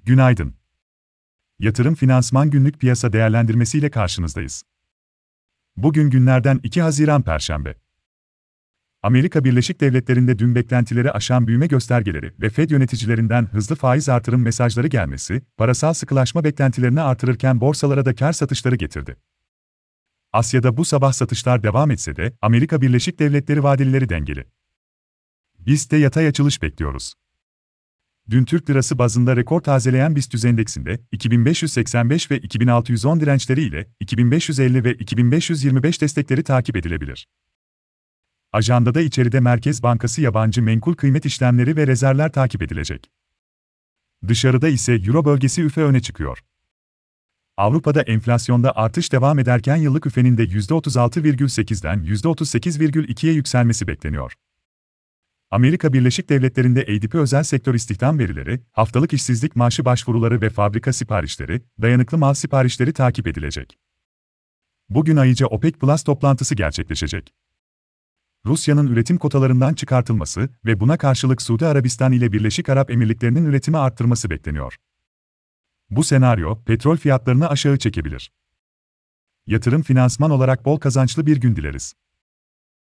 Günaydın. Yatırım Finansman Günlük Piyasa Değerlendirmesi ile karşınızdayız. Bugün günlerden 2 Haziran Perşembe. Amerika Birleşik Devletleri'nde dün beklentileri aşan büyüme göstergeleri ve Fed yöneticilerinden hızlı faiz artırım mesajları gelmesi, parasal sıkılaşma beklentilerini artırırken borsalara da kar satışları getirdi. Asya'da bu sabah satışlar devam etse de, Amerika Birleşik Devletleri vadelileri dengeli. Biz de yatay açılış bekliyoruz. Dün Türk lirası bazında rekor tazeleyen BIST endeksinde 2585 ve 2610 dirençleri ile 2550 ve 2525 destekleri takip edilebilir. Ajandada içeride Merkez Bankası yabancı menkul kıymet işlemleri ve rezervler takip edilecek. Dışarıda ise Euro bölgesi üfe öne çıkıyor. Avrupa'da enflasyonda artış devam ederken yıllık üfenin de %36,8'den %38,2'ye yükselmesi bekleniyor. Amerika Birleşik Devletleri'nde ADP özel sektör istihdam verileri, haftalık işsizlik maaşı başvuruları ve fabrika siparişleri, dayanıklı mal siparişleri takip edilecek. Bugün ayrıca OPEC Plus toplantısı gerçekleşecek. Rusya'nın üretim kotalarından çıkartılması ve buna karşılık Suudi Arabistan ile Birleşik Arap Emirlikleri'nin üretimi arttırması bekleniyor. Bu senaryo, petrol fiyatlarını aşağı çekebilir. Yatırım finansman olarak bol kazançlı bir gün dileriz.